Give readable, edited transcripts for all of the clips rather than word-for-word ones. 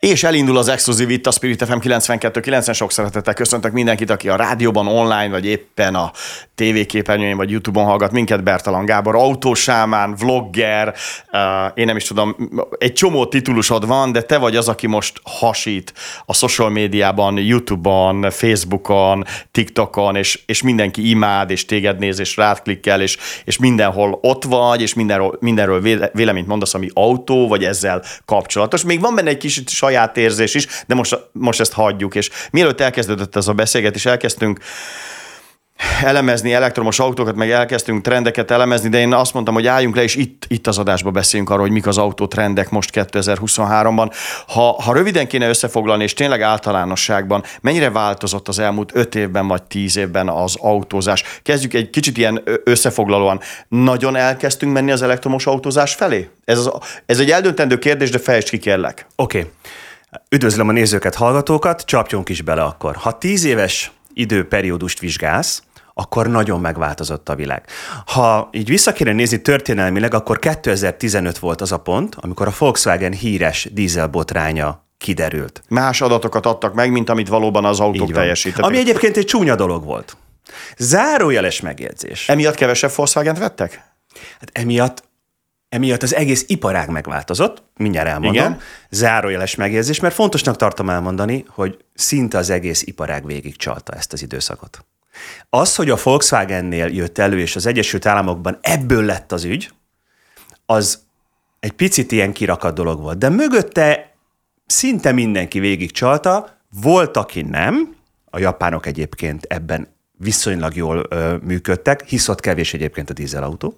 És elindul az exkluzív itt a Spirit FM 92.9-en. Sok szeretettel köszöntök mindenkit, aki a rádióban, online, vagy éppen a tévéképernyőjén, vagy YouTube-on hallgat minket. Bertalan Gábor, autósámán, vlogger, én nem is tudom, egy csomó titulusod van, de te vagy az, aki most hasít a social médiában, YouTube-on, Facebookon, TikTokon, és mindenki imád, és téged néz, és rád klikkel, és mindenhol ott vagy, és mindenről véleményt mondasz, ami autó, vagy ezzel kapcsolatos. Még van benne egy kis saját érzés is, de most ezt hagyjuk, és mielőtt elkezdődött ez a beszélgetés, elkezdtünk elemezni elektromos autókat, meg elkezdtünk trendeket elemezni, de én azt mondtam, hogy álljunk le, és itt az adásban beszéljünk arról, hogy mik az autótrendek most 2023-ban. Ha röviden kéne összefoglalni, és tényleg általánosságban, mennyire változott az elmúlt 5 évben vagy 10 évben az autózás? Kezdjük egy kicsit ilyen összefoglalóan. Nagyon elkezdtünk menni az elektromos autózás felé? Ez egy eldöntendő kérdés, de fejtsd ki, kérlek. Oké. Üdvözlöm a nézőket, hallgatókat, csapjunk is bele akkor. Ha 10 éves időperiódust vizsgálsz, akkor nagyon megváltozott a világ. Ha így vissza kéne nézni történelmileg, akkor 2015 volt az a pont, amikor a Volkswagen híres dízelbotránya kiderült. Más adatokat adtak meg, mint amit valóban az autók teljesítettek. Ami egyébként egy csúnya dolog volt. Zárójeles megjegyzés. Emiatt kevesebb Volkswagent vettek? Hát emiatt az egész iparág megváltozott, mindjárt elmondom. Igen? Zárójeles megjegyzés, mert fontosnak tartom elmondani, hogy szinte az egész iparág végigcsalta ezt az időszakot. Az, hogy a Volkswagennél jött elő, és az Egyesült Államokban ebből lett az ügy, az egy picit ilyen kirakat dolog volt. De mögötte szinte mindenki végigcsalta, volt, aki nem, a japánok egyébként ebben viszonylag jól működtek, hisz ott kevés egyébként a dízelautó.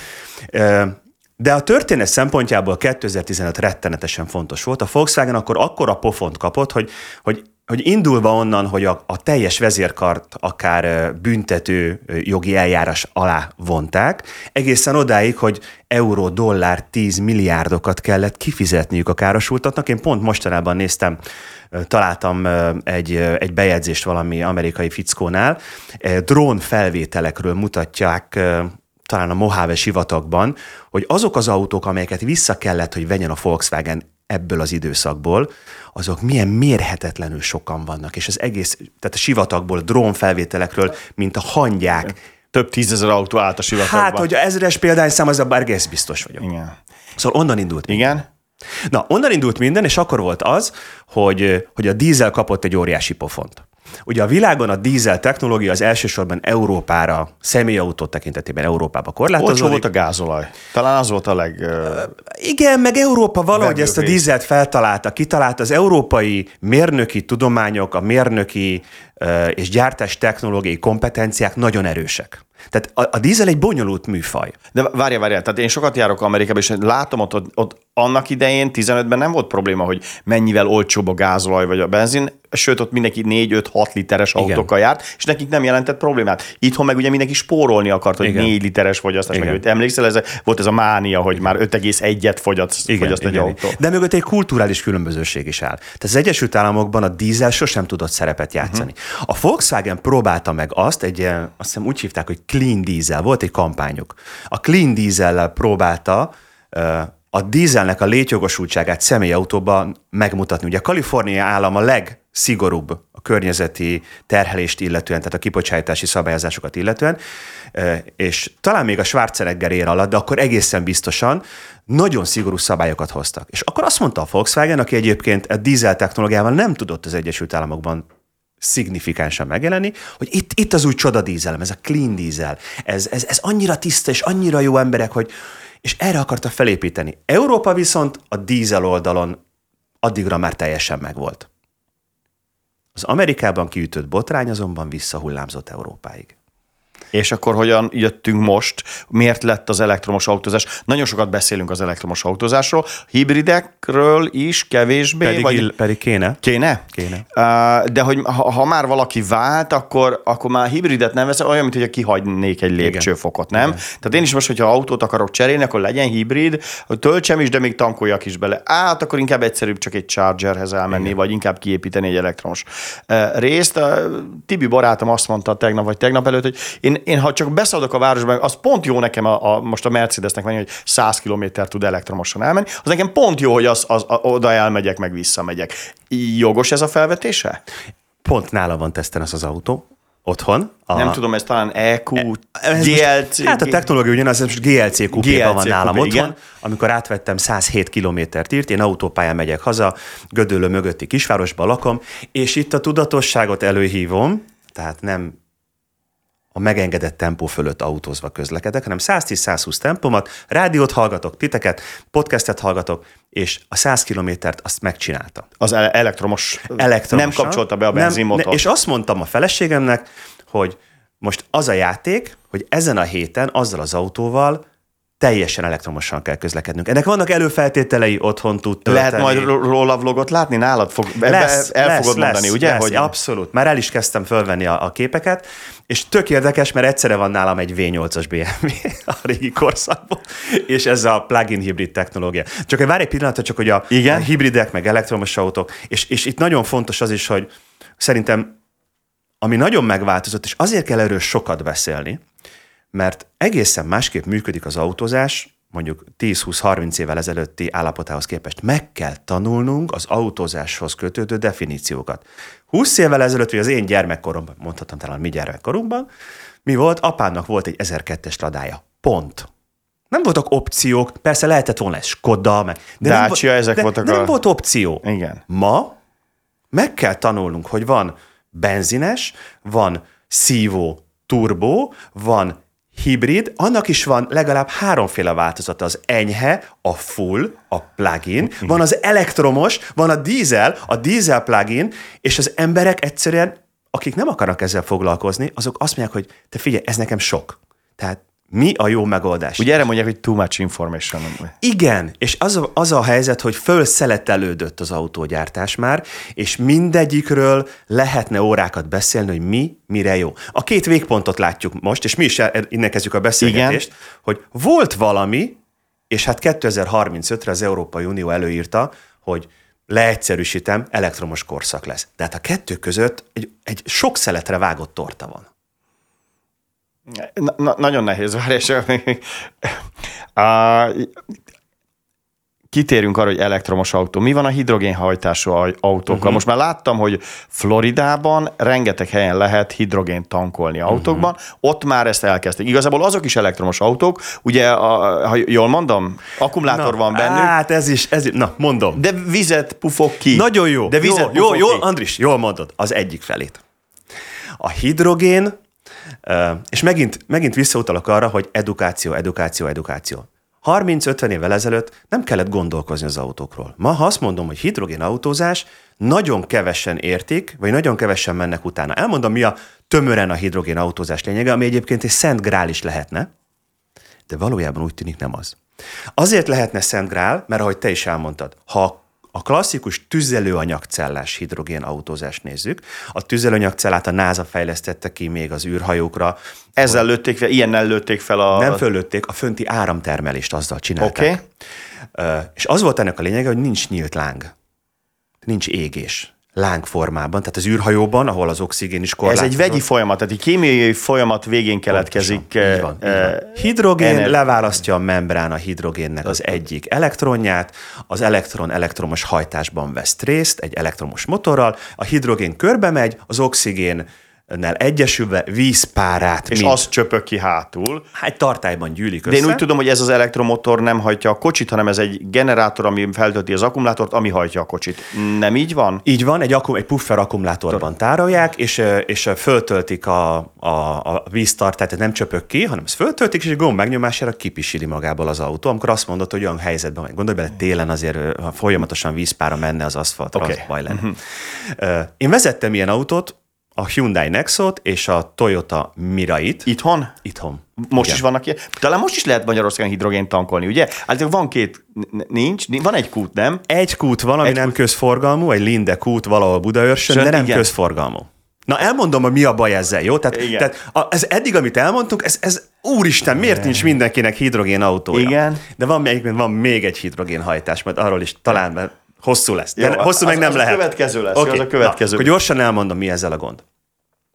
De a történet szempontjából 2015 rettenetesen fontos volt. A Volkswagen akkor akkora pofont kapott, hogy indulva onnan, hogy a teljes vezérkart akár büntető jogi eljárás alá vonták, egészen odáig, hogy euró, dollár, 10 milliárdokat kellett kifizetniük a károsultaknak. Én pont mostanában találtam egy bejegyzést valami amerikai fickónál. Drón felvételekről mutatják talán a Mojave sivatagban, hogy azok az autók, amelyeket vissza kellett, hogy vegyen a Volkswagen ebből az időszakból, azok milyen mérhetetlenül sokan vannak, és az egész, tehát a sivatagból, drónfelvételekről, mint a hangyák. Több 10 000 autó állt a sivatagban. Hát, hogy a 1000-es példányszám, az a bár egész biztos vagyok. Igen. Szóval onnan indult. Igen? Na, onnan indult minden, és akkor volt az, hogy a dízel kapott egy óriási pofont. Ugye a világon a dízel technológia az elsősorban Európára, személyautó tekintetében Európába korlátozódik. Olcsó volt a gázolaj. Talán az volt a Igen, meg Európa valahogy ezt a dízelt kitalálta. Az európai mérnöki tudományok, a mérnöki és gyártás technológiai kompetenciák nagyon erősek. Tehát a dízel egy bonyolult műfaj. De várjál, tehát én sokat járok Amerikában, és látom ott annak idején 15-ben nem volt probléma, hogy mennyivel olcsóbb a gázolaj vagy a benzin, sőt, ott mindenki 4-5-6 literes autókkal járt, és nekik nem jelentett problémát. Itthon meg ugye mindenki spórolni akart, hogy 4 literes fogyasztás, meg őt emlékszel, volt ez a mánia, hogy már 5,1-et fogyaszt egy autó. De mögött egy kulturális különbözőség is áll. Tehát az Egyesült Államokban a dízel sosem tudott szerepet játszani. A Volkswagen próbálta meg azt hiszem úgy hívták, hogy Clean Diesel, volt egy kampányuk. A Clean Diesellel próbálta a dízelnek a létjogosultságát személyautóban megmutatni. Ugye a Kalifornia állam a legszigorúbb a környezeti terhelést illetően, tehát a kibocsátási szabályozásokat illetően, és talán még a Schwarzenegger ér alatt, de akkor egészen biztosan nagyon szigorú szabályokat hoztak. És akkor azt mondta a Volkswagen, aki egyébként a dízel technológiával nem tudott az Egyesült Államokban szignifikánsan megjelenni, hogy itt az új csoda dízelem, ez a clean diesel, ez annyira tiszta és annyira jó emberek, és erre akarta felépíteni. Európa viszont a dízel oldalon addigra már teljesen megvolt. Az Amerikában kiütött botrány azonban visszahullámzott Európáig. És akkor hogyan jöttünk most? Miért lett az elektromos autózás? Nagyon sokat beszélünk az elektromos autózásról, hibridekről is kevésbé. Pedig kéne. Kéne? De hogy ha már valaki vált, akkor már hibridet nem vesz, olyan, mint hogy kihagynék egy lépcsőfokot, nem? Igen. Tehát én is most, hogyha autót akarok cserélni, akkor legyen hibrid, hogy töltsem is, de még tankoljak is bele. Akkor inkább egyszerűbb csak egy chargerhez elmenni, igen, vagy inkább kiépíteni egy elektromos részt. Tibi barátom azt mondta tegnap előtt, hogy én Én ha csak beszaladok a városba, az pont jó nekem most a Mercedesnek menni, hogy 100 kilométer tud elektromosan elmenni, az nekem pont jó, hogy oda elmegyek, meg visszamegyek. Jogos ez a felvetése? Pont nála van teszten az autó, otthon. Nem tudom, ez talán EQ, GLC. Hát a technológia ugyanaz, most GLC kupéban van nálam otthon. Igen. Amikor átvettem 107 kilométert írt, én autópályán megyek haza, Gödöllő mögötti kisvárosban lakom, és itt a tudatosságot előhívom, tehát nem a megengedett tempó fölött autózva közlekedek, hanem 110-120 tempomat, rádiót hallgatok, titeket, podcastet hallgatok, és a 100 kilométert azt megcsinálta. Az elektromos. Nem kapcsolta be a benzinmotort. És azt mondtam a feleségemnek, hogy most az a játék, hogy ezen a héten azzal az autóval teljesen elektromosan kell közlekednünk. Ennek vannak előfeltételei, otthon tud tölteni. Lehet majd róla vlogot látni? Nálad fogod mondani, ugye? Lesz, hogy... Abszolút. Már el is kezdtem fölvenni a képeket, és tök érdekes, mert egyszerre van nálam egy V8-as BMW a régi korszakból, és ez a plug-in hibrid technológia. Csak várj egy pillanatot, csak hogy a hibridek, meg elektromos autók, és itt nagyon fontos az is, hogy szerintem ami nagyon megváltozott, és azért kell erről sokat beszélni, mert egészen másképp működik az autózás, mondjuk 10-20-30 évvel ezelőtti állapotához képest. Meg kell tanulnunk az autózáshoz kötődő definíciókat. 20 évvel ezelőtt, vagy az én gyermekkoromban, mondhatom talán mi gyermekkorunkban, mi volt? Apámnak volt egy 1002-es Ladája. Pont. Nem voltak opciók, persze lehetett volna egy Skoda, de nem volt opció. Igen. Ma meg kell tanulnunk, hogy van benzines, van szívó, turbo, van hibrid, annak is van legalább 3 változata, az enyhe, a full, a plug-in, van az elektromos, van a dízel plug-in, és az emberek egyszerűen, akik nem akarnak ezzel foglalkozni, azok azt mondják, hogy te figyelj, ez nekem sok. Tehát mi a jó megoldás? Ugye erre mondják, hogy too much information. Igen, és az a helyzet, hogy fölszeletelődött az autógyártás már, és mindegyikről lehetne órákat beszélni, hogy mi mire jó. A 2 végpontot látjuk most, és mi is innen kezdjük a beszélgetést, igen, hogy volt valami, és hát 2035-re az Európai Unió előírta, hogy leegyszerűsítem, elektromos korszak lesz. De hát a kettő között egy sok szeletre vágott torta van. Nagyon nehéz, és kitérünk arra, hogy elektromos autó. Mi van a hidrogénhajtású autókkal? Most már láttam, hogy Floridában rengeteg helyen lehet hidrogént tankolni autókban, ott már ezt elkezdték. Igazából azok is elektromos autók, ugye, ha jól mondom, akkumulátor van bennük. Hát ez is, mondom. De vizet pufog ki. Nagyon jó. De vizet jó, Andris, jól mondod, az egyik felét. A hidrogén, és megint visszautalok arra, hogy edukáció. 30-50 évvel ezelőtt nem kellett gondolkozni az autókról. Ma, ha azt mondom, hogy hidrogén autózás, nagyon kevesen értik, vagy nagyon kevesen mennek utána. Elmondom, mi a tömören a hidrogén autózás lényege, ami egyébként egy szent grál is lehetne, de valójában úgy tűnik nem az. Azért lehetne szent grál, mert ahogy te is elmondtad, ha a klasszikus tüzelőanyagcellás hidrogén autózást nézzük, a tüzelőanyagcellát a NASA fejlesztette ki még az űrhajókra. Ezzel lőtték fel, ilyennel lőtték fel a... Nem föllőtték, a fönti áramtermelést azzal csinálták. Okay. És az volt ennek a lényege, hogy nincs nyílt láng. Nincs égés. Lángformában, tehát az űrhajóban, ahol az oxigén is korlátozott. Ez egy vegyi folyamat, tehát egy kémiai folyamat végén keletkezik. Így van. Hidrogén leválasztja a membrán a hidrogénnek az egyik elektronját, az elektron elektromos hajtásban vesz részt egy elektromos motorral, a hidrogén körbe megy, az oxigénnel egyesülve vízpárát. És az csöpög ki hátul. Hát tartályban gyűlik össze. De én úgy tudom, hogy ez az elektromotor nem hajtja a kocsit, hanem ez egy generátor, ami feltölti az akkumulátort, ami hajtja a kocsit. Nem így van? Így van, egy puffer akkumulátorban tárolják, és föltöltik a víztartályt, tehát nem csöpög ki, hanem ezt föltöltik, és egy gomb megnyomására kipisili magából az autó, amikor azt mondod, hogy olyan helyzetben van. Gondolj bele, télen azért folyamatosan vízpára menne az aszfaltra, az baj lenne. Én vezettem ilyen autót, a Hyundai Nexot és a Toyota Mirait. Itthon? Itthon. Most igen. Is vannak ilyen? Talán most is lehet Magyarországon hidrogént tankolni, ugye? Hát van van egy kút, nem? Egy kút van, ami nem közforgalmú, egy Linde kút valahol Budaörsön, de nem közforgalmú. Na elmondom, hogy mi a baj ezzel, jó? Tehát ez eddig, amit elmondtunk, ez úristen, miért nincs mindenkinek hidrogén autója? Igen. De van még egy hidrogénhajtás, majd arról is talán hosszú lesz. Jó, hosszú meg nem lehet. Az a következő lesz. Okay. Az a következő. Akkor gyorsan elmondom, mi ezzel a gond.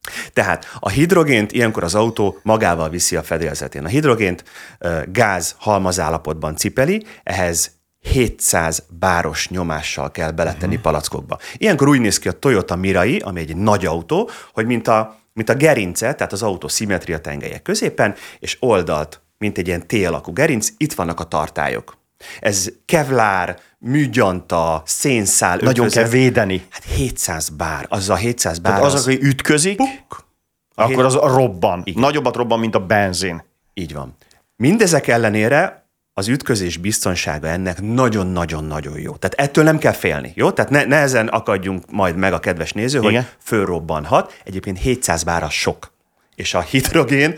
Tehát a hidrogént ilyenkor az autó magával viszi a fedélzetén. A hidrogént gáz halmazállapotban cipeli, ehhez 700 báros nyomással kell beletenni palackokba. Ilyenkor úgy néz ki a Toyota Mirai, ami egy nagy autó, hogy mint a gerince, tehát az autó szimmetria tengelye középen, és oldalt, mint egy ilyen T-alakú gerinc, itt vannak a tartályok. Ez kevlár, műgyanta, szénszál. Nagyon kell védeni. Hát 700 bár. Az a 700 bár. Tehát az, aki ütközik, akkor az robban. Igen. Nagyobbat robban, mint a benzin. Így van. Mindezek ellenére az ütközés biztonsága ennek nagyon-nagyon-nagyon jó. Tehát ettől nem kell félni, jó? Tehát ne ezen akadjunk majd meg a kedves néző, igen, hogy fölrobbanhat. Egyébként 700 bár az sok. És a hidrogén,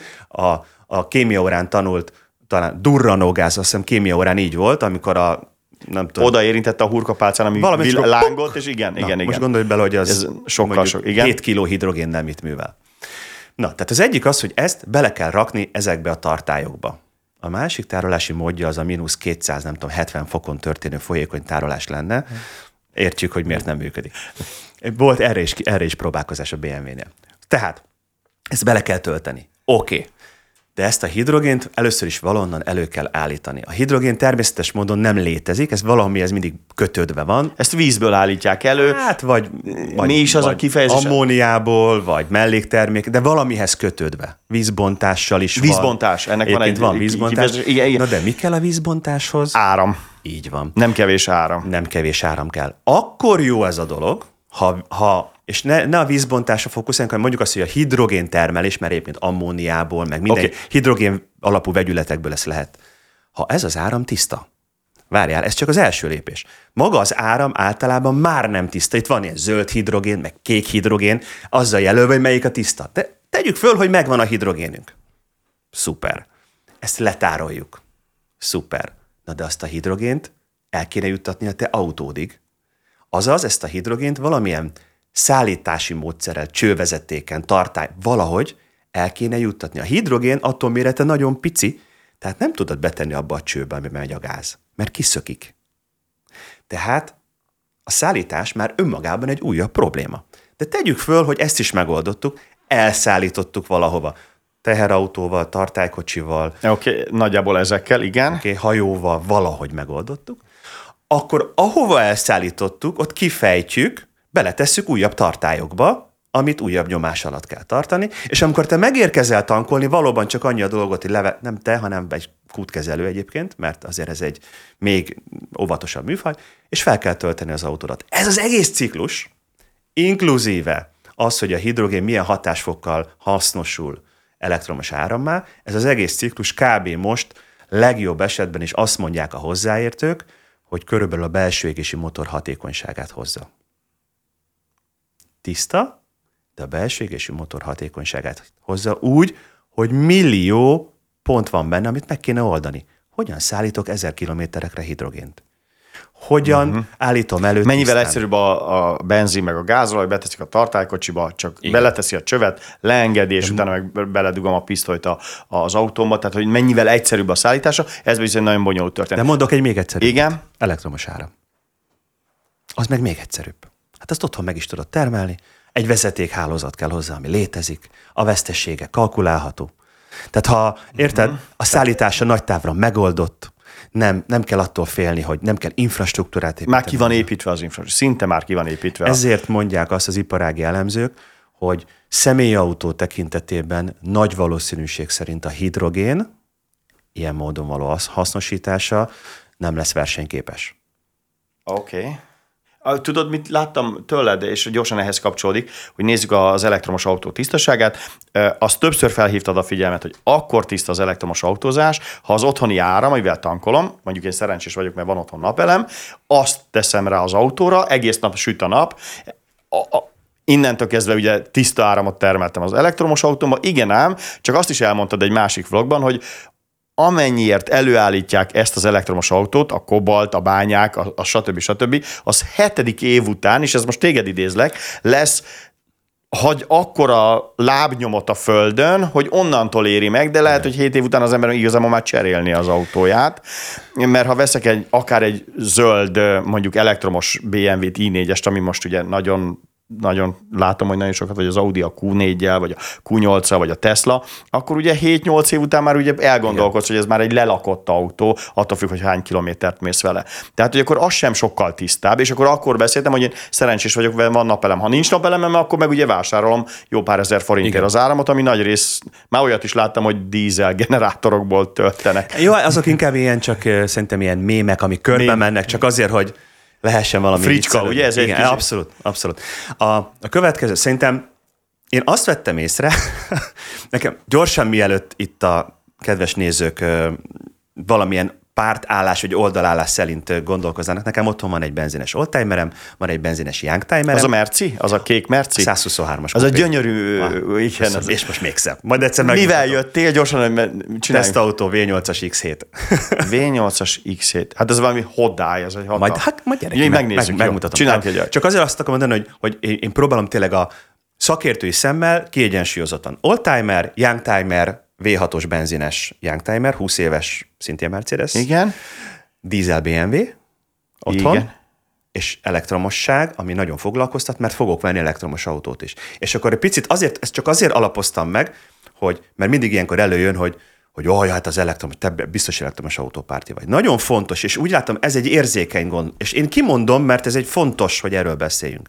a kémiaórán tanult, talán durranógáz, azt hiszem kémiaórán így volt, amikor nem tudom. Oda érintette a hurkapálcán, ami lángolt, és igen. Most gondolj bele, hogy ez sokkal sok. Igen. 7 kiló hidrogén nem mit művel. Na, tehát az egyik az, hogy ezt bele kell rakni ezekbe a tartályokba. A másik tárolási módja az a -200, nem tudom, 70 fokon történő folyékony tárolás lenne. Értjük, hogy miért nem működik. Volt erre is próbálkozás a BMW-nél. Tehát ezt bele kell tölteni. Oké. De ezt a hidrogént először is valahonnan elő kell állítani. A hidrogén természetes módon nem létezik, ez valamihez mindig kötődve van. Ezt vízből állítják elő. Hát, vagy mi is az a kifejezés? Ammóniából, vagy melléktermék, de valamihez kötődve. Vízbontással is vízbontás, van. Ennek van egy vízbontás. Igen. Na de mi kell a vízbontáshoz? Áram. Így van. Nem kevés áram. Nem kevés áram kell. Akkor jó ez a dolog, és ne a vízbontásra fókuszáljunk, hanem mondjuk azt, hogy a hidrogén termelés, mert egyébként ammóniából, meg minden hidrogén alapú vegyületekből ezt lehet. Ha ez az áram tiszta, várjál, ez csak az első lépés. Maga az áram általában már nem tiszta. Itt van ilyen zöld hidrogén, meg kék hidrogén, azzal jelölve, hogy melyik a tiszta. De tegyük föl, hogy megvan a hidrogénünk. Szuper. Ezt letároljuk. Szuper. Na de azt a hidrogént el kéne juttatni a te autódig. Azaz ezt a hidrogént valamilyen szállítási módszerrel, csővezetéken, tartály, valahogy el kéne juttatni. A hidrogén atommérete nagyon pici, tehát nem tudod betenni abba a csőbe, amiben megy a gáz, mert kiszökik. Tehát a szállítás már önmagában egy újabb probléma. De tegyük föl, hogy ezt is megoldottuk, elszállítottuk valahova. Teherautóval, tartálykocsival. Oké, nagyjából ezekkel, igen. Hajóval valahogy megoldottuk. Akkor ahova elszállítottuk, ott kifejtjük, beletesszük újabb tartályokba, amit újabb nyomás alatt kell tartani, és amikor te megérkezel tankolni, valóban csak annyi a dolgot, hogy nem te, hanem egy kútkezelő egyébként, mert azért ez egy még óvatosabb műfaj, és fel kell tölteni az autódat. Ez az egész ciklus, inkluzíve az, hogy a hidrogén milyen hatásfokkal hasznosul elektromos árammá, ez az egész ciklus kb. Most legjobb esetben is azt mondják a hozzáértők, hogy körülbelül a belső égési motor hatékonyságát hozza. Tiszta, de a belső égési motor hatékonyságát hozza úgy, hogy millió pont van benne, amit meg kéne oldani. Hogyan szállítok 1000 kilométerekre hidrogént? Hogyan állítom elő Mennyivel tisztán? egyszerűbb a benzin meg a gázolaj, beteszik a tartálykocsiba, csak beleteszi a csövet, leengedi, és utána meg beledugom a pisztolyt az autómba, tehát hogy mennyivel egyszerűbb a szállítása, ez bizony nagyon bonyolult történet. De mondok egy még egyszerűbb. Igen? Elektromos áram. Az meg még egyszerűbb. Hát azt otthon meg is tudod termelni, egy vezetékhálózat kell hozzá, ami létezik, a vesztesége kalkulálható. Tehát ha, érted, a szállítása nagy távra megoldott, nem kell attól félni, hogy nem kell infrastruktúrát építeni. Már ki van építve az infrastruktúra, szinte már ki van építve. Ezért mondják azt az iparági elemzők, hogy személyautó tekintetében nagy valószínűség szerint a hidrogén, ilyen módon való hasznosítása nem lesz versenyképes. Oké. Tudod, mit láttam tőled, és gyorsan ehhez kapcsolódik, hogy nézzük az elektromos autó tisztaságát. Azt többször felhívtad a figyelmet, hogy akkor tiszta az elektromos autózás, ha az otthoni áram, amivel tankolom, mondjuk én szerencsés vagyok, mert van otthon napelem, azt teszem rá az autóra, egész nap süt a nap, innentől kezdve ugye tiszta áramot termeltem az elektromos autómba. Igen ám, csak azt is elmondtad egy másik vlogban, hogy amennyiért előállítják ezt az elektromos autót, a kobalt, a bányák, a stb., az 7. év után, és ez most téged idézlek, lesz hagy akkora lábnyomot a földön, hogy onnantól éri meg, de lehet, hogy 7 év után az ember igazából már cserélni az autóját, mert ha veszek akár egy zöld, mondjuk elektromos BMW-t i4-est, ami most ugye nagyon nagyon látom, hogy nagyon sokat, vagy az Audi a Q4-jel, vagy a Q8-al, vagy a Tesla, akkor ugye 7-8 év után már ugye elgondolkodsz, hogy ez már egy lelakott autó, attól függ, hogy hány kilométert mész vele. Tehát, hogy akkor az sem sokkal tisztább, és akkor beszéltem, hogy én szerencsés vagyok, mert van napelem. Ha nincs napelemem, akkor meg ugye vásárolom jó pár ezer forintért az áramot, ami nagy rész, már olyat is láttam, hogy dízel generátorokból töltenek. Jó, azok inkább ilyen csak szerintem ilyen mémek, amik körbe mennek, csak azért, hogy lehessen valami fricska, ugye? Ez igen, abszolút. A következő, szerintem én azt vettem észre, nekem gyorsan mielőtt itt a kedves nézők valamilyen pártállás vagy oldalállás szerint gondolkoznának. Nekem otthon van egy benzines oldtimerem, van egy benzines youngtimerem. Az a Merci? Az a kék Merci? 123-as. Az a gyönyörű, igen. És most még szebb. Majd egyszer mivel jöttél? Gyorsan csináljunk. Tesztautó V8-as X7. V8-as X7. Hát ez valami hodály, ez egy hatalmas. Majd gyerekek, megnézzük. Megmutatom. Csináljuk egy. Csak azért azt akarom mondani, hogy én próbálom tényleg a szakértői szemmel kiegyensúlyozottan. Oldtimer, youngtimer, V6-os benzines youngtimer, 20 éves, szintén Mercedes. Igen. Dízel BMW otthon. Igen. És elektromosság, ami nagyon foglalkoztat, mert fogok venni elektromos autót is. És akkor egy picit ezt csak azért alapoztam meg, mert mindig ilyenkor előjön, hogy hát az elektromos, te biztos elektromos autópárti vagy. Nagyon fontos, és úgy látom, ez egy érzékeny gond. És én kimondom, mert ez egy fontos, hogy erről beszéljünk.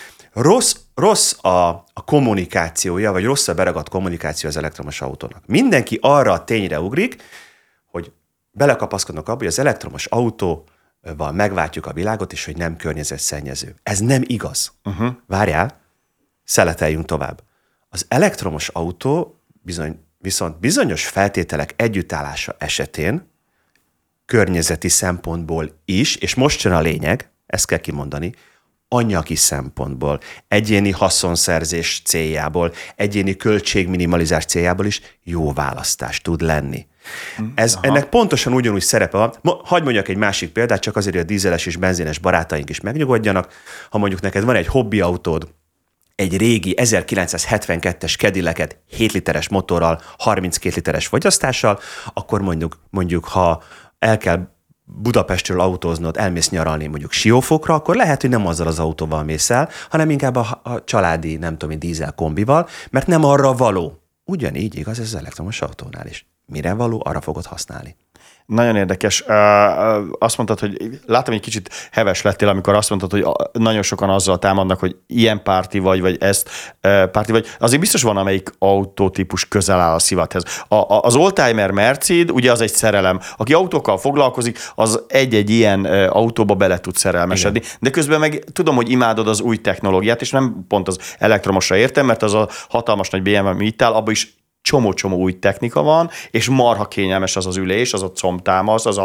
Rossz a kommunikációja, vagy rossz a beragadt kommunikáció az elektromos autónak. Mindenki arra a tényre ugrik, hogy belekapaszkodnak abba, hogy az elektromos autóval megváltjuk a világot, és hogy nem környezetszennyező. Ez nem igaz. Várjál, szeleteljünk tovább. Az elektromos autó viszont bizonyos feltételek együttállása esetén környezeti szempontból is, és most jön a lényeg, ezt kell kimondani, anyagi szempontból, egyéni haszonszerzés céljából, egyéni költségminimalizás céljából is jó választás tud lenni. Ennek pontosan ugyanúgy szerepe van. Hadd mondjak egy másik példát, csak azért, hogy a dízeles és benzines barátaink is megnyugodjanak. Ha mondjuk neked van egy hobbiautód, egy régi 1972-es Cadillacet 7 literes motorral, 32 literes fogyasztással, akkor mondjuk ha el kell Budapestről autóznod, elmész nyaralni mondjuk Siófokra, akkor lehet, hogy nem azzal az autóval mész el, hanem inkább a családi, nem tudom, dízel kombival, mert nem arra való. Ugyanígy igaz ez az elektromos autónál is. Mire való, arra fogod használni. Nagyon érdekes. Azt mondtad, hogy látom, egy kicsit heves lettél, amikor azt mondtad, hogy nagyon sokan azzal támadnak, hogy ilyen párti vagy ezt párti vagy. Azért biztos van, amelyik autótípus közel áll a szívedhez. Az oldtimer Mercedes, ugye az egy szerelem. Aki autókkal foglalkozik, az egy-egy ilyen autóba bele tud szerelmesedni. Igen. De közben meg tudom, hogy imádod az új technológiát, és nem pont az elektromosra értem, mert az a hatalmas nagy BMW, ami itt áll, abban is csomó új technika van, és marha kényelmes az ülés, az a combtámasz, az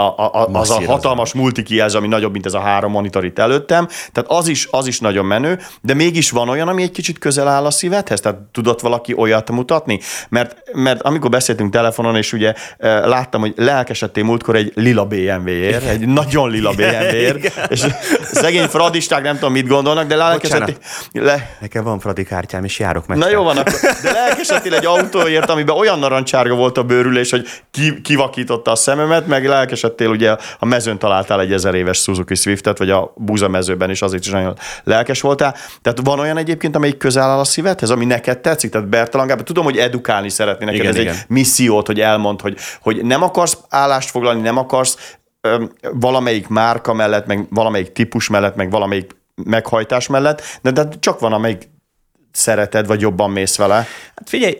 a hatalmas multikijelző, ami nagyobb, mint ez a 3 monitor itt előttem. Tehát az is nagyon menő, de mégis van olyan, ami egy kicsit közel áll a szívedhez? Tehát tudott valaki olyat mutatni? Mert amikor beszéltünk telefonon, és ugye láttam, hogy lelkesedtél múltkor egy lila BMW-ért, egy nagyon lila BMW-ért, és szegény fradisták nem tudom, mit gondolnak, de lelkesedtél... Nekem van fradi kártyám, és járok meg. Na jó van, akkor, de lelkesedtél egy autóért, amiben olyan narancsárga volt a bőrülés, hogy kivakította a szememet, meg lelkesedtél, ugye a mezőn találtál egy 1000 éves Suzuki Swiftet, vagy a Buza mezőben is, azért is nagyon lelkes voltál. Tehát van olyan egyébként, amelyik közel áll a szívedhez, ami neked tetszik? Tehát Bertalan Gábor, tudom, hogy edukálni szeretné neked, igen, ez egy missziót, hogy elmond, hogy nem akarsz állást foglalni, nem akarsz valamelyik márka mellett, meg valamelyik típus mellett, meg valamelyik meghajtás mellett, de csak van, amelyik szereted, vagy jobban mész vele? Hát figyelj,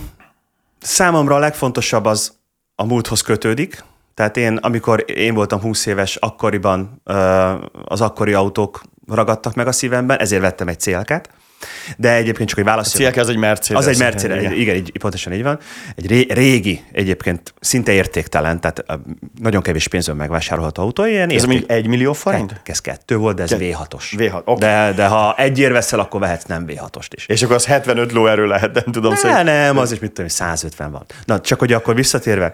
számomra a legfontosabb az a múlthoz kötődik. Tehát amikor én voltam 20 éves, akkoriban az akkori autók ragadtak meg a szívemben, ezért vettem egy CLK-t. De egyébként csak, hogy válaszoljuk. A CLK az egy Mercedes. Az egy Mercedes, igen, így, pontosan így van. Egy régi, egyébként szinte értéktelen, tehát nagyon kevés pénzön megvásárolható autó. Ez még 1 millió forint? Ez 2 volt, de ez V6-os. V6, okay. De ha egyért veszel, akkor vehetsz nem V6-ost is. És akkor az 75 lóerő lehet, nem tudom. Nem, az is mit tudom, 150 van. Na, csak hogy akkor visszatérve,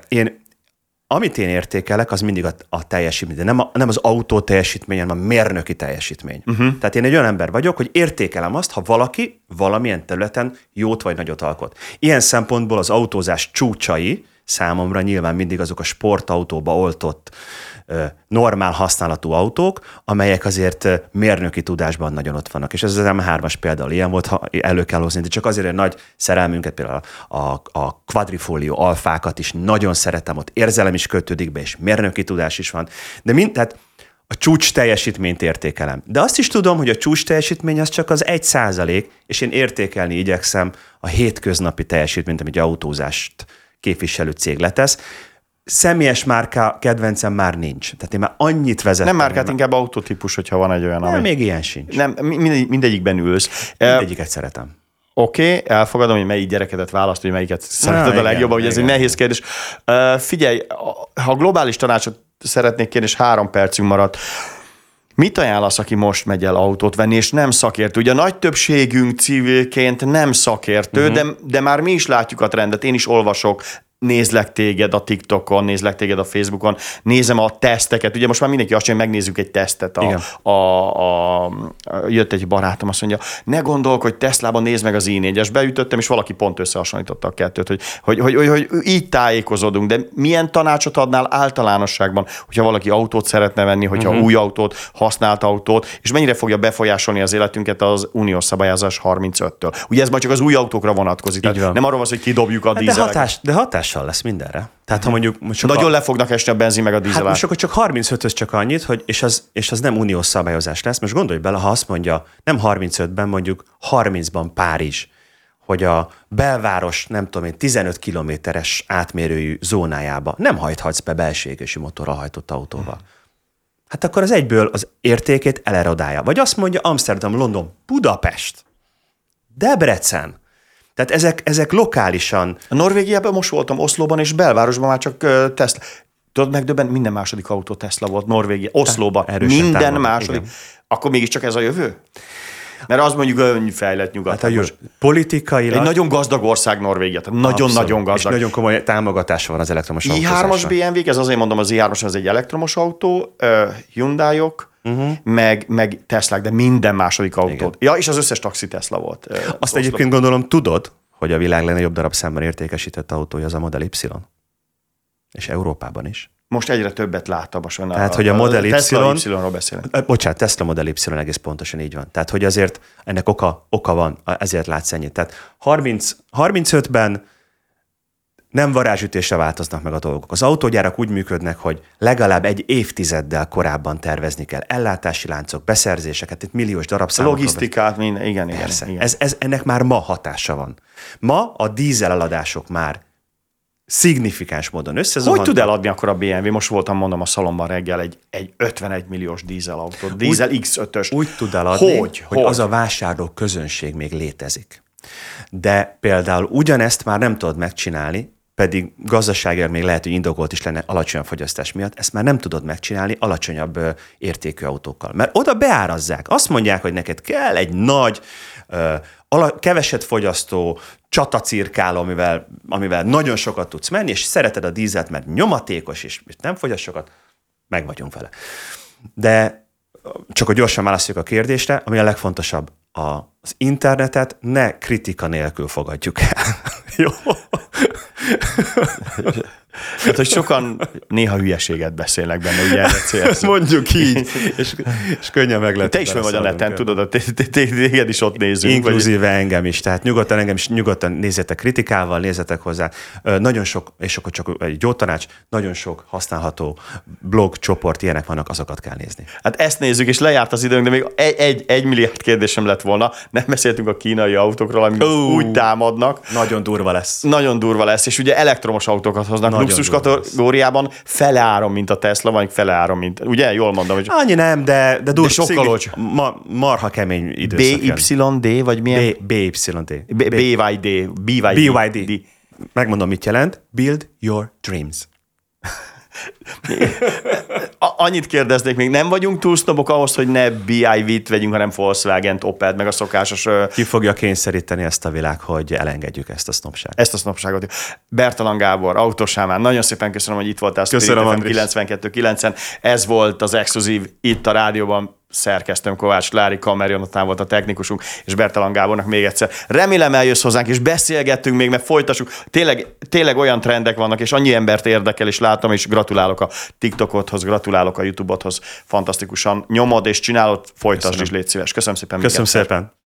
amit én értékelek, az mindig a teljesítmény, de nem az autó teljesítmény, hanem a mérnöki teljesítmény. Tehát én egy olyan ember vagyok, hogy értékelem azt, ha valaki valamilyen területen jót vagy nagyot alkot. Ilyen szempontból az autózás csúcsai, számomra nyilván mindig azok a sportautóba oltott normál használatú autók, amelyek azért mérnöki tudásban nagyon ott vannak. És ez az M3-as például ilyen volt, ha elő kell hozni, de csak azért egy nagy szerelmünket, például a Quadrifoglio alfákat is nagyon szeretem, ott érzelem is kötődik be, és mérnöki tudás is van. De tehát a csúcs teljesítményt értékelem. De azt is tudom, hogy a csúcs teljesítmény az csak az 1%, és én értékelni igyekszem a hétköznapi teljesítményt, amit autózást képviselő cég letesz. Személyes márka kedvencem már nincs. Tehát én már annyit vezettem. Nem márkát, inkább autótípus, hogyha van egy olyan. Nem, még ilyen sincs. Nem, mindegyikben ülsz. Mindegyiket szeretem. Oké, elfogadom, hogy melyik gyerekedet választ, hogy melyiket szereted a legjobban, hogy ez egy nehéz kérdés. Figyelj, ha globális tanácsot szeretnék kérni, és 3 percünk maradt, mit ajánlasz, aki most megy el autót venni, és nem szakértő? Ugye a nagy többségünk civilként nem szakértő, de már mi is látjuk a trendet, én is olvasok, nézlek téged a TikTokon, nézlek téged a Facebookon, nézem a teszteket. Ugye most már mindenki azt mondja, hogy megnézzük egy tesztet. Jött egy barátom, azt mondja, ne gondolkodj, Teslában nézd meg az i4-es. Beütöttem, és valaki pont összehasonlította a kettőt, hogy így tájékozódunk. De milyen tanácsot adnál általánosságban, hogyha valaki autót szeretne venni, hogyha új autót, használt autót, és mennyire fogja befolyásolni az életünket az uniós szabályozás 35-től? Ugye ez majd csak az új autókra vonatkozik. Nem arról van, hogy kidobjuk a dízeleket. De hatással lesz mindenre. Tehát ha mondjuk... Nagyon le fognak esni a benzin meg a dízel. Hát most akkor csak 35-höz csak annyit, hogy és az nem uniós szabályozás lesz. Most gondolj bele, ha azt mondja, nem 35-ben, mondjuk 30-ban Párizs, hogy a belváros, nem tudom én, 15 kilométeres átmérőjű zónájába nem hajthatsz be belső égésű motorral hajtott autóval. Hát akkor az egyből az értékét elerodálja. Vagy azt mondja Amsterdam, London, Budapest, Debrecen. Tehát ezek lokálisan... A Norvégiában most voltam, Oszlóban és belvárosban már csak Tesla. Tudod, megdöbben, minden második autó Tesla volt Norvégia. Oszlóban minden második. Igen. Akkor mégiscsak ez a jövő? Mert az mondjuk önfejlett nyugat. Hát politikailag... Egy nagyon gazdag ország Norvégia. Nagyon-nagyon gazdag. És nagyon komoly támogatása van az elektromos autózásra. i3-as BMW-k, ez azért mondom, az i3-as az egy elektromos autó, Hyundai-ok, meg Teslák, de minden második autót. Ja, és az összes taxi Tesla volt. Azt egyébként gondolom tudod, hogy a világ legnagyobb darabszámban értékesített autója az a Model Y. És Európában is. Most egyre többet láttam. Tehát, hogy a Model Y... Tesla Y-ról beszélek. Bocsánat, Tesla Model Y egész pontosan így van. Tehát, hogy azért ennek oka van, ezért látsz ennyit. Tehát 35-ben nem varázsütésre változnak meg a dolgok. Az autógyárak úgy működnek, hogy legalább egy évtizeddel korábban tervezni kell ellátási láncok, beszerzéseket, itt milliós darabszámokról. Logisztikát, minden, igen. Ennek már ma hatása van. Ma a dízel eladások már szignifikáns módon összezuhannak. Hogy tud eladni akkor a BMW? Most voltam, mondom, a szalomban reggel egy 51 milliós dízelautót, dízel X5-ös. Úgy tud eladni, hogy az a vásárló közönség még létezik. De például ugyanezt már nem tudod megcsinálni, pedig gazdaságilag még lehet, hogy indokolt is lenne alacsonyabb fogyasztás miatt, ezt már nem tudod megcsinálni alacsonyabb értékű autókkal. Mert oda beárazzák. Azt mondják, hogy neked kell egy nagy, keveset fogyasztó csatacirkáló, amivel nagyon sokat tudsz menni, és szereted a dízelt, mert nyomatékos, és nem fogyaszt sokat, meg vagyunk vele. De csak hogy gyorsan válaszoljuk a kérdésre, ami a legfontosabb, az internetet ne kritika nélkül fogadjuk el. Jó? Hát, hogy sokan néha hülyeséget beszélnek benne, ugye erre célsz. Mondjuk így, és könnyen meg lehet. Te is vagy a neten, tudod, téged is ott nézünk. Inkluzíve engem is, tehát nyugodtan nézzetek kritikával, nézzetek hozzá. Nagyon sok, és akkor csak egy jó tanács, nagyon sok használható blog, csoport, ilyenek vannak, azokat kell nézni. Hát ezt nézzük, és lejárt az időnk, de még egy milliárd kérdésem lett volna. Nem beszéltünk a kínai autókról, amik úgy támadnak. Nagyon durva lesz. Nagyon durva lesz, és ugye elektromos autókat hoznak. Luxus kategóriában fele áron, mint a Tesla, vagy fele áron, mint... Ugye? Jól mondom, hogy... Annyi nem, de sokkal olcsó. Marha kemény időszak. BYD, vagy milyen? BYD. BYD. Megmondom, mit jelent. Build your dreams. Annyit kérdeznék még, nem vagyunk túl sznobok ahhoz, hogy ne BYD-t vegyünk, hanem Volkswagen-t, Opelt, meg a szokásos... Ki fogja kényszeríteni ezt a világ, hogy elengedjük ezt a sznobságot? Ezt a sznobságot. Bertalan Gábor, Autósámán, nagyon szépen köszönöm, hogy itt voltál. Köszönöm, 92.9-en. Ez volt az exkluzív itt a rádióban. szerkesztőm, Kovács Klári, Kammerjonatán volt a technikusunk, és Bertalan Gábornak még egyszer. Remélem eljössz hozzánk, és beszélgettünk még, mert folytassuk. Tényleg olyan trendek vannak, és annyi embert érdekel, és látom, és gratulálok a TikTokodhoz, gratulálok a YouTube-odhoz. Fantasztikusan nyomod és csinálod, folytasd is, légy szíves. Köszönöm szépen. Köszönöm szépen.